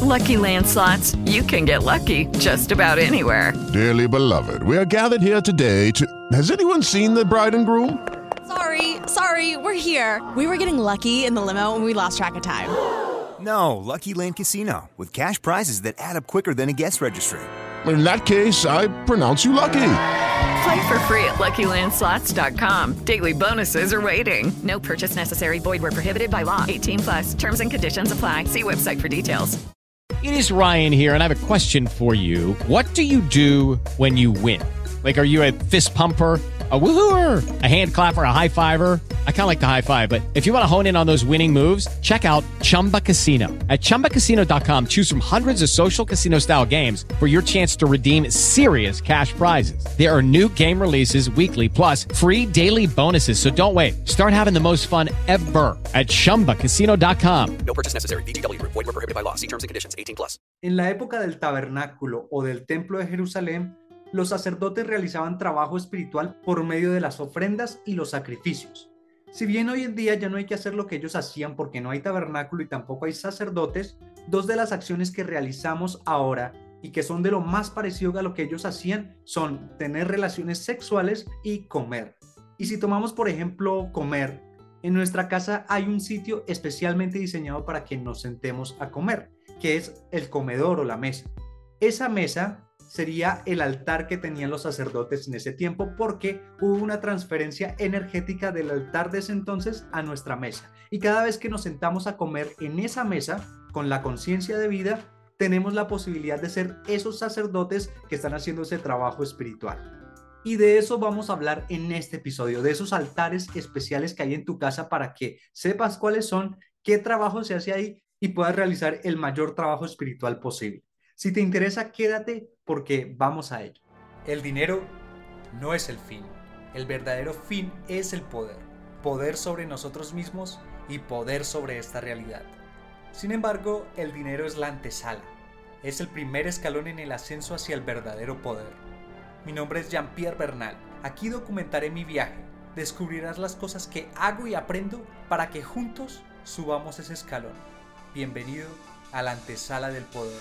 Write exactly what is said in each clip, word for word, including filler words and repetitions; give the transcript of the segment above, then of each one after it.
Lucky Land Slots, you can get lucky just about anywhere. Dearly beloved, we are gathered here today to... Has anyone seen the bride and groom? Sorry, sorry, we're here. We were getting lucky in the limo and we lost track of time. No, Lucky Land Casino, with cash prizes that add up quicker than a guest registry. In that case, I pronounce you lucky. Play for free at Lucky Land Slots dot com. Daily bonuses are waiting. No purchase necessary. Void where prohibited by law. eighteen plus. Terms and conditions apply. See website for details. It is Ryan here, and I have a question for you. What do you do when you win? Like, are you a fist pumper, a woohooer, a hand clapper, a high fiver? I kind of like the high five, but if you want to hone in on those winning moves, check out Chumba Casino. At chumba casino dot com, choose from hundreds of social casino-style games for your chance to redeem serious cash prizes. There are new game releases weekly, plus free daily bonuses, so don't wait. Start having the most fun ever at chumba casino dot com. No purchase necessary. V G W. Void where prohibited by law. See terms and conditions. eighteen plus. En la época del tabernáculo o del templo de Jerusalén, los sacerdotes realizaban trabajo espiritual por medio de las ofrendas y los sacrificios. Si bien hoy en día ya no hay que hacer lo que ellos hacían porque no hay tabernáculo y tampoco hay sacerdotes, dos de las acciones que realizamos ahora y que son de lo más parecido a lo que ellos hacían son tener relaciones sexuales y comer. Y si tomamos por ejemplo comer, en nuestra casa hay un sitio especialmente diseñado para que nos sentemos a comer, que es el comedor o la mesa. Esa mesa sería el altar que tenían los sacerdotes en ese tiempo porque hubo una transferencia energética del altar de ese entonces a nuestra mesa. Y cada vez que nos sentamos a comer en esa mesa, con la conciencia de vida, tenemos la posibilidad de ser esos sacerdotes que están haciendo ese trabajo espiritual. Y de eso vamos a hablar en este episodio, de esos altares especiales que hay en tu casa para que sepas cuáles son, qué trabajo se hace ahí y puedas realizar el mayor trabajo espiritual posible. Si te interesa, quédate porque vamos a ello. El dinero no es el fin. El verdadero fin es el poder. Poder sobre nosotros mismos y poder sobre esta realidad. Sin embargo, el dinero es la antesala. Es el primer escalón en el ascenso hacia el verdadero poder. Mi nombre es Jean-Pierre Bernal. Aquí documentaré mi viaje. Descubrirás las cosas que hago y aprendo para que juntos subamos ese escalón. Bienvenido a la antesala del poder.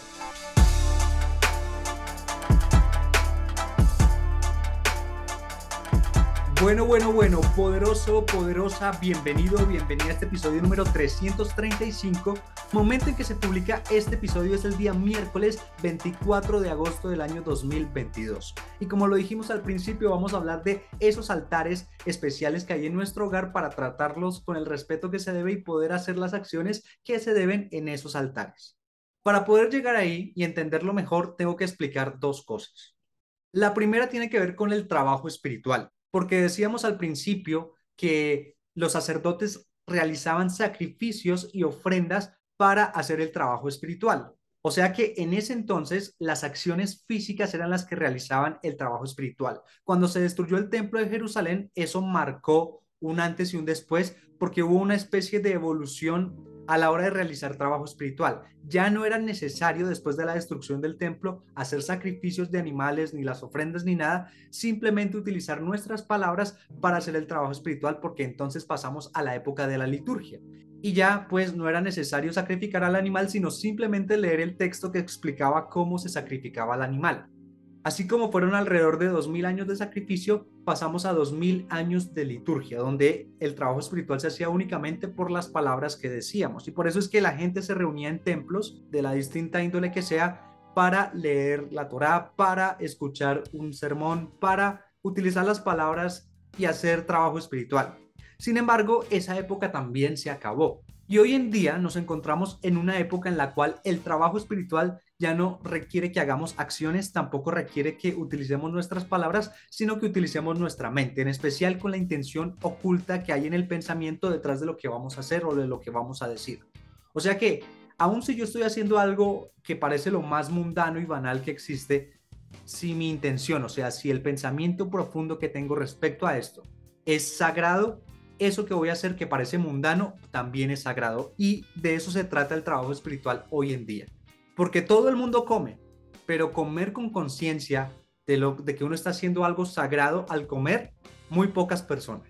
Bueno, bueno, bueno, poderoso, poderosa, bienvenido, bienvenida a este episodio número trescientos treinta y cinco. Momento en que se publica este episodio es el día miércoles veinticuatro de agosto del año dos mil veintidós. Y como lo dijimos al principio, vamos a hablar de esos altares especiales que hay en nuestro hogar para tratarlos con el respeto que se debe y poder hacer las acciones que se deben en esos altares. Para poder llegar ahí y entenderlo mejor, tengo que explicar dos cosas. La primera tiene que ver con el trabajo espiritual. Porque decíamos al principio que los sacerdotes realizaban sacrificios y ofrendas para hacer el trabajo espiritual. O sea que en ese entonces las acciones físicas eran las que realizaban el trabajo espiritual. Cuando se destruyó el templo de Jerusalén, eso marcó un antes y un después porque hubo una especie de evolución a la hora de realizar trabajo espiritual. Ya no era necesario, después de la destrucción del templo, hacer sacrificios de animales, ni las ofrendas, ni nada, simplemente utilizar nuestras palabras para hacer el trabajo espiritual, porque entonces pasamos a la época de la liturgia. Y ya, pues, no era necesario sacrificar al animal, sino simplemente leer el texto que explicaba cómo se sacrificaba al animal. Así como fueron alrededor de dos mil años de sacrificio, pasamos a dos mil años de liturgia, donde el trabajo espiritual se hacía únicamente por las palabras que decíamos. Y por eso es que la gente se reunía en templos de la distinta índole que sea para leer la Torá, para escuchar un sermón, para utilizar las palabras y hacer trabajo espiritual. Sin embargo, esa época también se acabó. Y hoy en día nos encontramos en una época en la cual el trabajo espiritual ya no requiere que hagamos acciones, tampoco requiere que utilicemos nuestras palabras, sino que utilicemos nuestra mente, en especial con la intención oculta que hay en el pensamiento detrás de lo que vamos a hacer o de lo que vamos a decir. O sea que, aun si yo estoy haciendo algo que parece lo más mundano y banal que existe, si mi intención, o sea, si el pensamiento profundo que tengo respecto a esto es sagrado, eso que voy a hacer que parece mundano también es sagrado, y de eso se trata el trabajo espiritual hoy en día. Porque todo el mundo come, pero comer con conciencia de, lo, de que uno está haciendo algo sagrado al comer, muy pocas personas.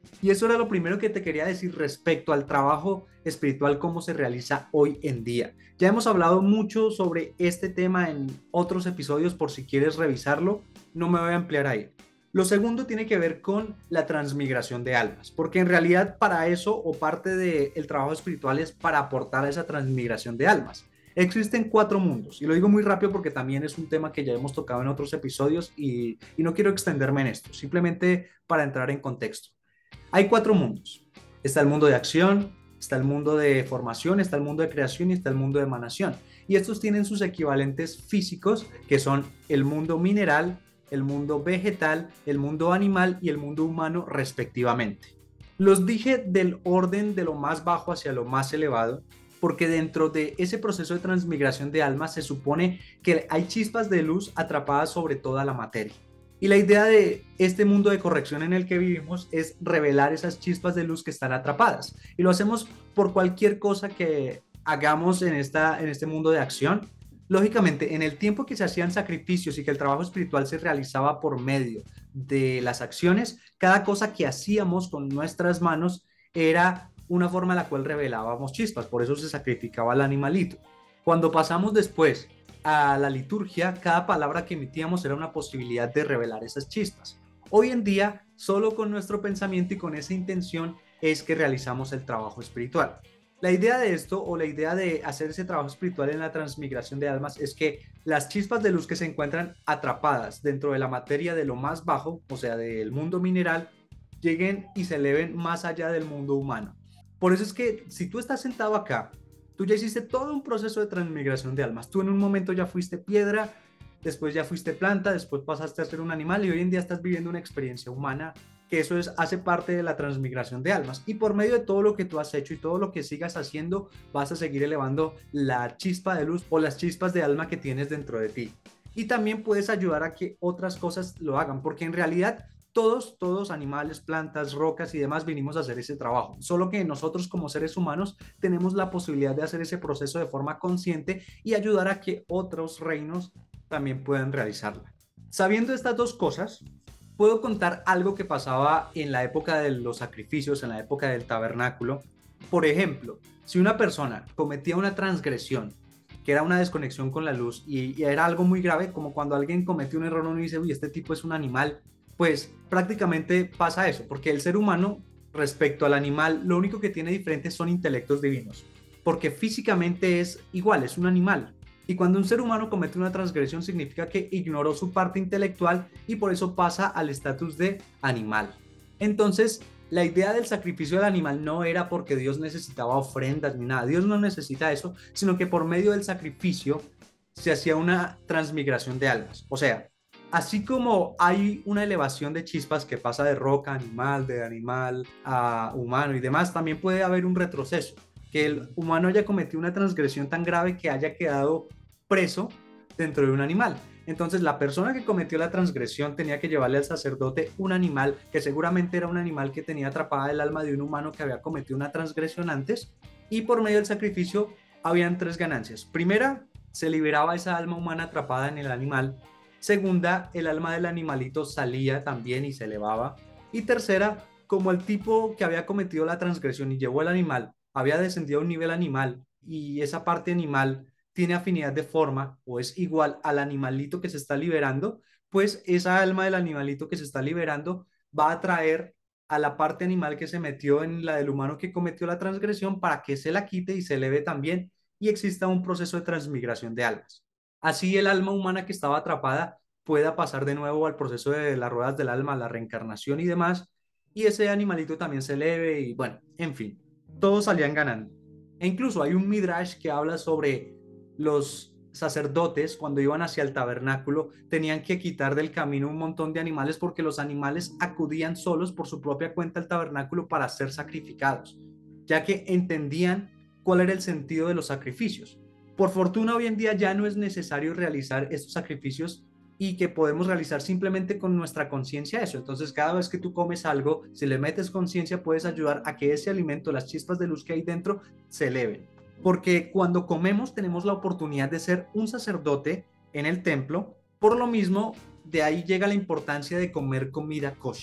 Y eso era lo primero que te quería decir respecto al trabajo espiritual, cómo se realiza hoy en día. Ya hemos hablado mucho sobre este tema en otros episodios, por si quieres revisarlo, no me voy a ampliar ahí. Lo segundo tiene que ver con la transmigración de almas, porque en realidad para eso, o parte del trabajo espiritual, es para aportar a esa transmigración de almas. Existen cuatro mundos, y lo digo muy rápido porque también es un tema que ya hemos tocado en otros episodios y, y no quiero extenderme en esto, simplemente para entrar en contexto. Hay cuatro mundos. Está el mundo de acción, está el mundo de formación, está el mundo de creación y está el mundo de emanación. Y estos tienen sus equivalentes físicos, que son el mundo mineral, el mundo vegetal, el mundo animal y el mundo humano respectivamente. Los dije del orden de lo más bajo hacia lo más elevado, porque dentro de ese proceso de transmigración de almas se supone que hay chispas de luz atrapadas sobre toda la materia. Y la idea de este mundo de corrección en el que vivimos es revelar esas chispas de luz que están atrapadas. Y lo hacemos por cualquier cosa que hagamos en, esta, en este mundo de acción. Lógicamente, en el tiempo que se hacían sacrificios y que el trabajo espiritual se realizaba por medio de las acciones, cada cosa que hacíamos con nuestras manos era una forma en la cual revelábamos chispas. Por eso se sacrificaba al animalito. Cuando pasamos después a la liturgia, cada palabra que emitíamos era una posibilidad de revelar esas chispas. Hoy en día, solo con nuestro pensamiento y con esa intención es que realizamos el trabajo espiritual. La idea de esto, o la idea de hacer ese trabajo espiritual en la transmigración de almas, es que las chispas de luz que se encuentran atrapadas dentro de la materia de lo más bajo, o sea, del mundo mineral, lleguen y se eleven más allá del mundo humano. Por eso es que si tú estás sentado acá, tú ya hiciste todo un proceso de transmigración de almas. Tú en un momento ya fuiste piedra, después ya fuiste planta, después pasaste a ser un animal y hoy en día estás viviendo una experiencia humana, que eso es, hace parte de la transmigración de almas. Y por medio de todo lo que tú has hecho y todo lo que sigas haciendo, vas a seguir elevando la chispa de luz o las chispas de alma que tienes dentro de ti. Y también puedes ayudar a que otras cosas lo hagan, porque en realidad Todos, todos, animales, plantas, rocas y demás, vinimos a hacer ese trabajo. Solo que nosotros como seres humanos tenemos la posibilidad de hacer ese proceso de forma consciente y ayudar a que otros reinos también puedan realizarla. Sabiendo estas dos cosas, puedo contar algo que pasaba en la época de los sacrificios, en la época del tabernáculo. Por ejemplo, si una persona cometía una transgresión, que era una desconexión con la luz, y, y era algo muy grave, como cuando alguien comete un error, uno dice, uy, este tipo es un animal, pues prácticamente pasa eso, porque el ser humano respecto al animal lo único que tiene diferente son intelectos divinos, porque físicamente es igual, es un animal. Y cuando un ser humano comete una transgresión significa que ignoró su parte intelectual y por eso pasa al estatus de animal. Entonces, la idea del sacrificio del animal no era porque Dios necesitaba ofrendas ni nada, Dios no necesita eso, sino que por medio del sacrificio se hacía una transmigración de almas, o sea, así como hay una elevación de chispas que pasa de roca a animal, de animal a humano y demás, también puede haber un retroceso, que el humano haya cometido una transgresión tan grave que haya quedado preso dentro de un animal. Entonces la persona que cometió la transgresión tenía que llevarle al sacerdote un animal, que seguramente era un animal que tenía atrapada el alma de un humano que había cometido una transgresión antes, y por medio del sacrificio habían tres ganancias. Primera, se liberaba esa alma humana atrapada en el animal. Segunda, el alma del animalito salía también y se elevaba. Y tercera, como el tipo que había cometido la transgresión y llevó el animal, había descendido a un nivel animal y esa parte animal tiene afinidad de forma o es igual al animalito que se está liberando, pues esa alma del animalito que se está liberando va a atraer a la parte animal que se metió en la del humano que cometió la transgresión para que se la quite y se eleve también y exista un proceso de transmigración de almas. Así el alma humana que estaba atrapada pueda pasar de nuevo al proceso de las ruedas del alma, la reencarnación y demás, y ese animalito también se eleve y bueno, en fin, todos salían ganando. E incluso hay un midrash que habla sobre los sacerdotes cuando iban hacia el tabernáculo tenían que quitar del camino un montón de animales porque los animales acudían solos por su propia cuenta al tabernáculo para ser sacrificados, ya que entendían cuál era el sentido de los sacrificios. Por fortuna hoy en día ya no es necesario realizar estos sacrificios y que podemos realizar simplemente con nuestra conciencia eso. Entonces cada vez que tú comes algo, si le metes conciencia puedes ayudar a que ese alimento, las chispas de luz que hay dentro, se eleven. Porque cuando comemos tenemos la oportunidad de ser un sacerdote en el templo, por lo mismo de ahí llega la importancia de comer comida kosher.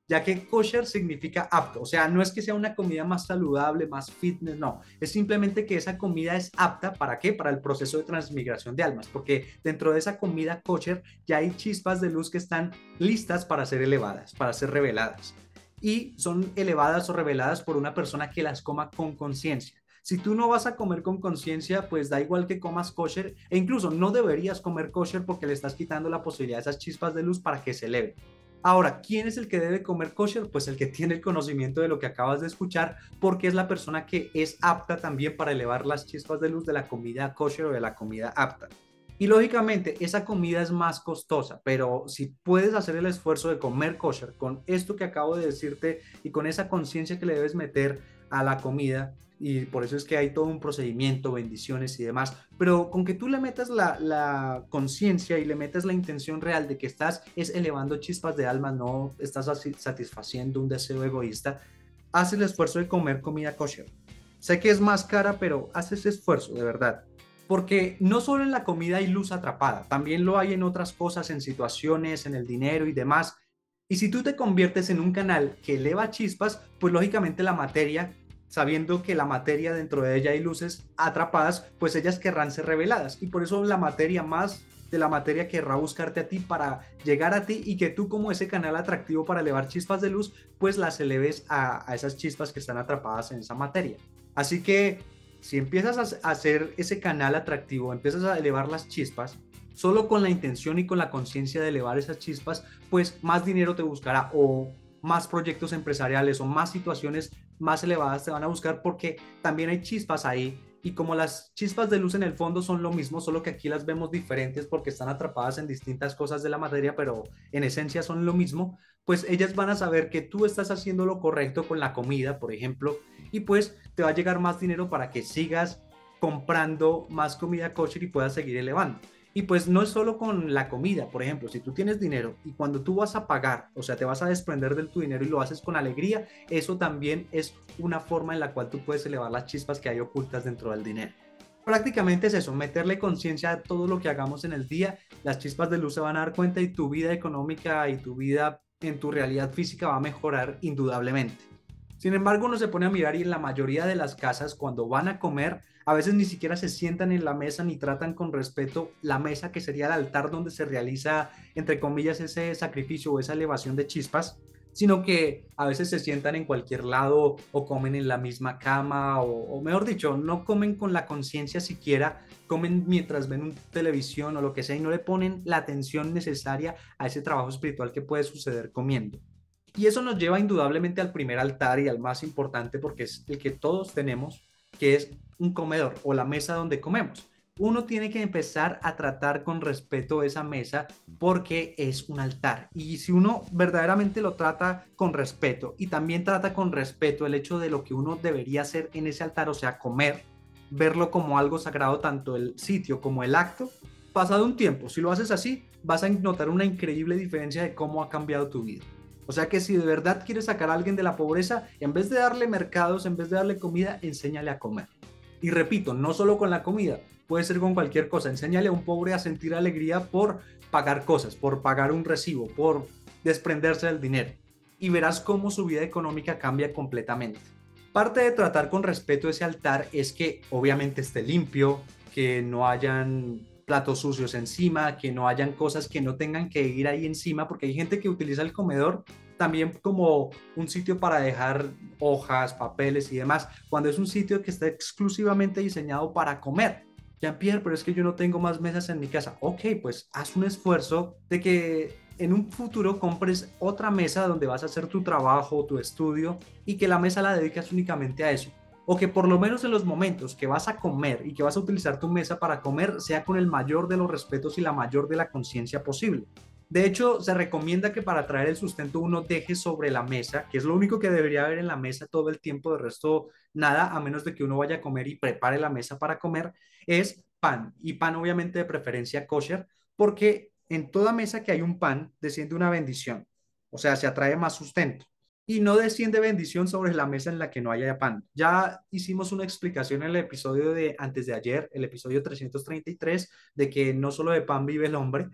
ya que kosher significa apto, o sea, no es que sea una comida más saludable, más fitness, no, es simplemente que esa comida es apta, ¿para qué? Para el proceso de transmigración de almas, porque dentro de esa comida kosher ya hay chispas de luz que están listas para ser elevadas, para ser reveladas, y son elevadas o reveladas por una persona que las coma con conciencia. Si tú no vas a comer con conciencia, pues da igual que comas kosher, e incluso no deberías comer kosher porque le estás quitando la posibilidad de esas chispas de luz para que se eleven. Ahora, ¿quién es el que debe comer kosher? Pues el que tiene el conocimiento de lo que acabas de escuchar, porque es la persona que es apta también para elevar las chispas de luz de la comida kosher o de la comida apta. Y lógicamente esa comida es más costosa, pero si puedes hacer el esfuerzo de comer kosher con esto que acabo de decirte y con esa conciencia que le debes meter a la comida, y por eso es que hay todo un procedimiento, bendiciones y demás, pero con que tú le metas la, la conciencia y le metas la intención real de que estás es elevando chispas de alma, no estás satisfaciendo un deseo egoísta, haz el esfuerzo de comer comida kosher. Sé que es más cara, pero haz ese esfuerzo, de verdad. Porque no solo en la comida hay luz atrapada, también lo hay en otras cosas, en situaciones, en el dinero y demás. Y si tú te conviertes en un canal que eleva chispas, pues lógicamente la materia, sabiendo que la materia dentro de ella hay luces atrapadas, pues ellas querrán ser reveladas. Y por eso la materia más de la materia querrá buscarte a ti para llegar a ti y que tú como ese canal atractivo para elevar chispas de luz, pues las eleves a, a esas chispas que están atrapadas en esa materia. Así que si empiezas a hacer ese canal atractivo, empiezas a elevar las chispas, solo con la intención y con la conciencia de elevar esas chispas, pues más dinero te buscará o más proyectos empresariales o más situaciones más elevadas te van a buscar porque también hay chispas ahí y como las chispas de luz en el fondo son lo mismo, solo que aquí las vemos diferentes porque están atrapadas en distintas cosas de la materia, pero en esencia son lo mismo, pues ellas van a saber que tú estás haciendo lo correcto con la comida, por ejemplo, y pues te va a llegar más dinero para que sigas comprando más comida kosher y puedas seguir elevando. Y pues no es solo con la comida, por ejemplo, si tú tienes dinero y cuando tú vas a pagar, o sea, te vas a desprender de tu dinero y lo haces con alegría, eso también es una forma en la cual tú puedes elevar las chispas que hay ocultas dentro del dinero. Prácticamente es eso, meterle conciencia a todo lo que hagamos en el día, las chispas de luz se van a dar cuenta y tu vida económica y tu vida en tu realidad física va a mejorar indudablemente. Sin embargo, uno se pone a mirar y en la mayoría de las casas, cuando van a comer, a veces ni siquiera se sientan en la mesa ni tratan con respeto la mesa que sería el altar donde se realiza, entre comillas, ese sacrificio o esa elevación de chispas, sino que a veces se sientan en cualquier lado o comen en la misma cama o, o mejor dicho, no comen con la conciencia siquiera, comen mientras ven un televisión o lo que sea y no le ponen la atención necesaria a ese trabajo espiritual que puede suceder comiendo. Y eso nos lleva indudablemente al primer altar y al más importante porque es el que todos tenemos, que es un comedor o la mesa donde comemos. Uno tiene que empezar a tratar con respeto esa mesa porque es un altar. Y si uno verdaderamente lo trata con respeto y también trata con respeto el hecho de lo que uno debería hacer en ese altar, o sea, comer, verlo como algo sagrado, tanto el sitio como el acto, pasado un tiempo, si lo haces así, vas a notar una increíble diferencia de cómo ha cambiado tu vida. O sea que si de verdad quieres sacar a alguien de la pobreza, en vez de darle mercados, en vez de darle comida, enséñale a comer. Y repito, no solo con la comida, puede ser con cualquier cosa. Enséñale a un pobre a sentir alegría por pagar cosas, por pagar un recibo, por desprenderse del dinero. Y verás cómo su vida económica cambia completamente. Parte de tratar con respeto ese altar es que obviamente esté limpio, que no hayan platos sucios encima, que no hayan cosas que no tengan que ir ahí encima, porque hay gente que utiliza el comedor también como un sitio para dejar hojas, papeles y demás, cuando es un sitio que está exclusivamente diseñado para comer. Jean-Pierre, pero es que yo no tengo más mesas en mi casa. Ok, pues haz un esfuerzo de que en un futuro compres otra mesa donde vas a hacer tu trabajo, tu estudio y que la mesa la dediques únicamente a eso. O que por lo menos en los momentos que vas a comer y que vas a utilizar tu mesa para comer sea con el mayor de los respetos y la mayor de la conciencia posible. De hecho, se recomienda que para traer el sustento uno deje sobre la mesa, que es lo único que debería haber en la mesa todo el tiempo, de resto nada, a menos de que uno vaya a comer y prepare la mesa para comer, es pan. Y pan obviamente de preferencia kosher, porque en toda mesa que hay un pan desciende una bendición, o sea, se atrae más sustento. Y no desciende bendición sobre la mesa en la que no haya pan. Ya hicimos una explicación en el episodio de antes de ayer, el episodio trescientos treinta y tres, de que no solo de pan vive el hombre,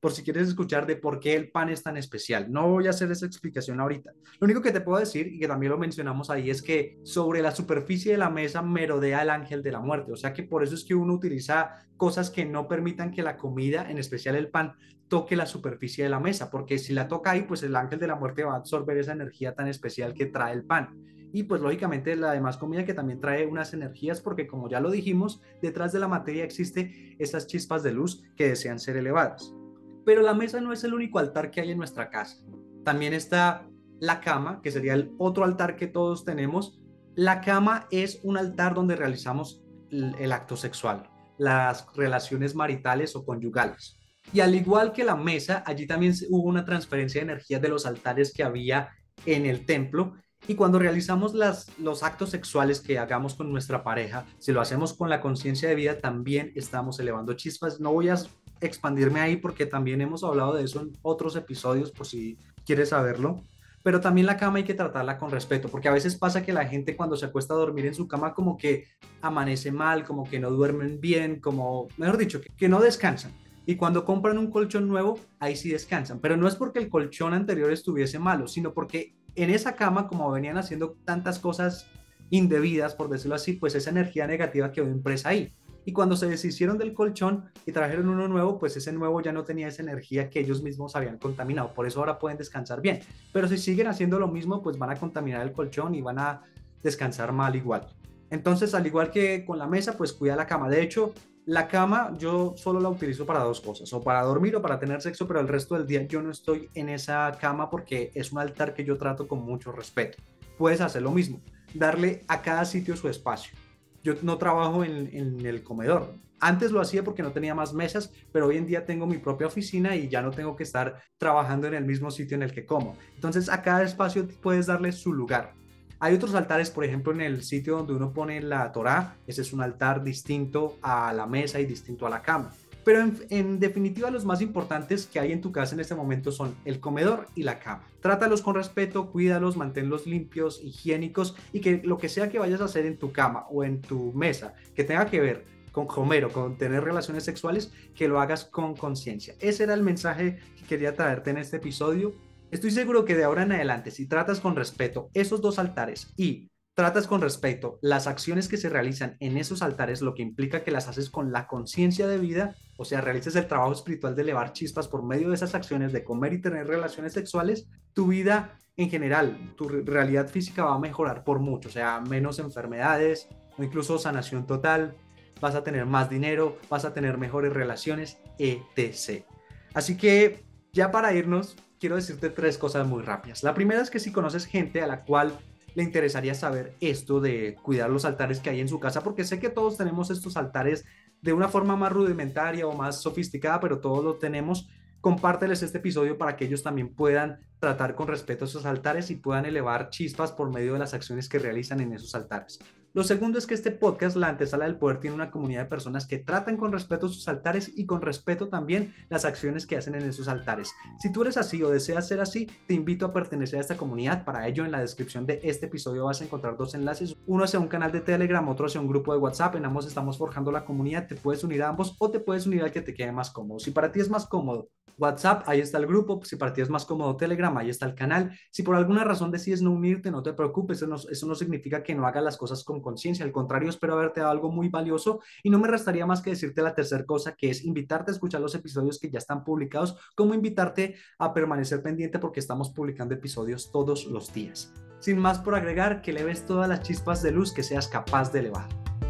por si quieres escuchar de por qué el pan es tan especial. No voy a hacer esa explicación ahorita. Lo único que te puedo decir, y que también lo mencionamos ahí, es que sobre la superficie de la mesa merodea el ángel de la muerte. O sea que por eso es que uno utiliza cosas que no permitan que la comida, en especial el pan, toque la superficie de la mesa, porque si la toca ahí, pues el ángel de la muerte va a absorber esa energía tan especial que trae el pan. Y pues lógicamente la demás comida que también trae unas energías, porque como ya lo dijimos, detrás de la materia existe esas chispas de luz que desean ser elevadas. Pero la mesa no es el único altar que hay en nuestra casa. También está la cama, que sería el otro altar que todos tenemos. La cama es un altar donde realizamos el, el acto sexual, las relaciones maritales o conyugales. Y al igual que la mesa, allí también hubo una transferencia de energías de los altares que había en el templo. Y cuando realizamos las, los actos sexuales que hagamos con nuestra pareja, si lo hacemos con la conciencia de vida, también estamos elevando chispas. No voy a expandirme ahí porque también hemos hablado de eso en otros episodios, por si quieres saberlo. Pero también la cama hay que tratarla con respeto, porque a veces pasa que la gente cuando se acuesta a dormir en su cama como que amanece mal, como que no duermen bien, como, mejor dicho, que, que no descansan. Y cuando compran un colchón nuevo, ahí sí descansan. Pero no es porque el colchón anterior estuviese malo, sino porque en esa cama, como venían haciendo tantas cosas indebidas, por decirlo así, pues esa energía negativa quedó impresa ahí. Y cuando se deshicieron del colchón y trajeron uno nuevo, pues ese nuevo ya no tenía esa energía que ellos mismos habían contaminado. Por eso ahora pueden descansar bien. Pero si siguen haciendo lo mismo, pues van a contaminar el colchón y van a descansar mal igual. Entonces, al igual que con la mesa, pues cuida la cama. De hecho, la cama yo solo la utilizo para dos cosas, o para dormir o para tener sexo, pero el resto del día yo no estoy en esa cama porque es un altar que yo trato con mucho respeto. Puedes hacer lo mismo, darle a cada sitio su espacio. Yo no trabajo en, en el comedor. Antes lo hacía porque no tenía más mesas, pero hoy en día tengo mi propia oficina y ya no tengo que estar trabajando en el mismo sitio en el que como. Entonces a cada espacio puedes darle su lugar. Hay otros altares, por ejemplo, en el sitio donde uno pone la Torá, ese es un altar distinto a la mesa y distinto a la cama. Pero en, en definitiva los más importantes que hay en tu casa en este momento son el comedor y la cama. Trátalos con respeto, cuídalos, manténlos limpios, higiénicos y que lo que sea que vayas a hacer en tu cama o en tu mesa que tenga que ver con comer o con tener relaciones sexuales, que lo hagas con conciencia. Ese era el mensaje que quería traerte en este episodio. Estoy seguro que de ahora en adelante, si tratas con respeto esos dos altares y tratas con respeto las acciones que se realizan en esos altares, lo que implica que las haces con la conciencia de vida, o sea, realices el trabajo espiritual de elevar chispas por medio de esas acciones de comer y tener relaciones sexuales, tu vida en general, tu realidad física va a mejorar por mucho, o sea, menos enfermedades o incluso sanación total, vas a tener más dinero, vas a tener mejores relaciones, etcétera. Así que ya para irnos, quiero decirte tres cosas muy rápidas. La primera es que si conoces gente a la cual le interesaría saber esto de cuidar los altares que hay en su casa, porque sé que todos tenemos estos altares de una forma más rudimentaria o más sofisticada, pero todos lo tenemos. Compárteles este episodio para que ellos también puedan tratar con respeto a esos altares y puedan elevar chispas por medio de las acciones que realizan en esos altares. Lo segundo es que este podcast, La Antesala del Poder, tiene una comunidad de personas que tratan con respeto sus altares y con respeto también las acciones que hacen en esos altares. Si tú eres así o deseas ser así, te invito a pertenecer a esta comunidad. Para ello, en la descripción de este episodio vas a encontrar dos enlaces, uno hacia un canal de Telegram, otro hacia un grupo de WhatsApp. En ambos estamos forjando la comunidad, te puedes unir a ambos o te puedes unir al que te quede más cómodo. Si para ti es más cómodo WhatsApp, ahí está el grupo. Si para ti es más cómodo Telegram, ahí está el canal. Si por alguna razón decides no unirte, no te preocupes, eso no, eso no significa que no hagas las cosas con conciencia. Al contrario, espero haberte dado algo muy valioso y no me restaría más que decirte la tercera cosa, que es invitarte a escuchar los episodios que ya están publicados, como invitarte a permanecer pendiente porque estamos publicando episodios todos los días. Sin más por agregar, que eleves todas las chispas de luz que seas capaz de elevar.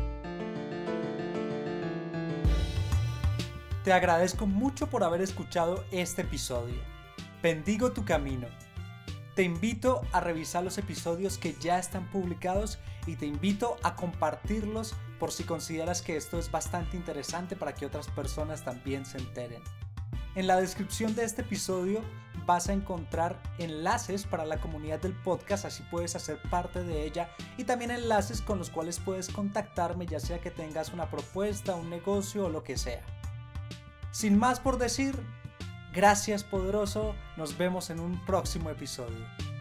Te agradezco mucho por haber escuchado este episodio. Bendigo tu camino. Te invito a revisar los episodios que ya están publicados y te invito a compartirlos por si consideras que esto es bastante interesante para que otras personas también se enteren. En la descripción de este episodio vas a encontrar enlaces para la comunidad del podcast, así puedes hacer parte de ella, y también enlaces con los cuales puedes contactarme, ya sea que tengas una propuesta, un negocio o lo que sea. Sin más por decir, gracias poderoso, nos vemos en un próximo episodio.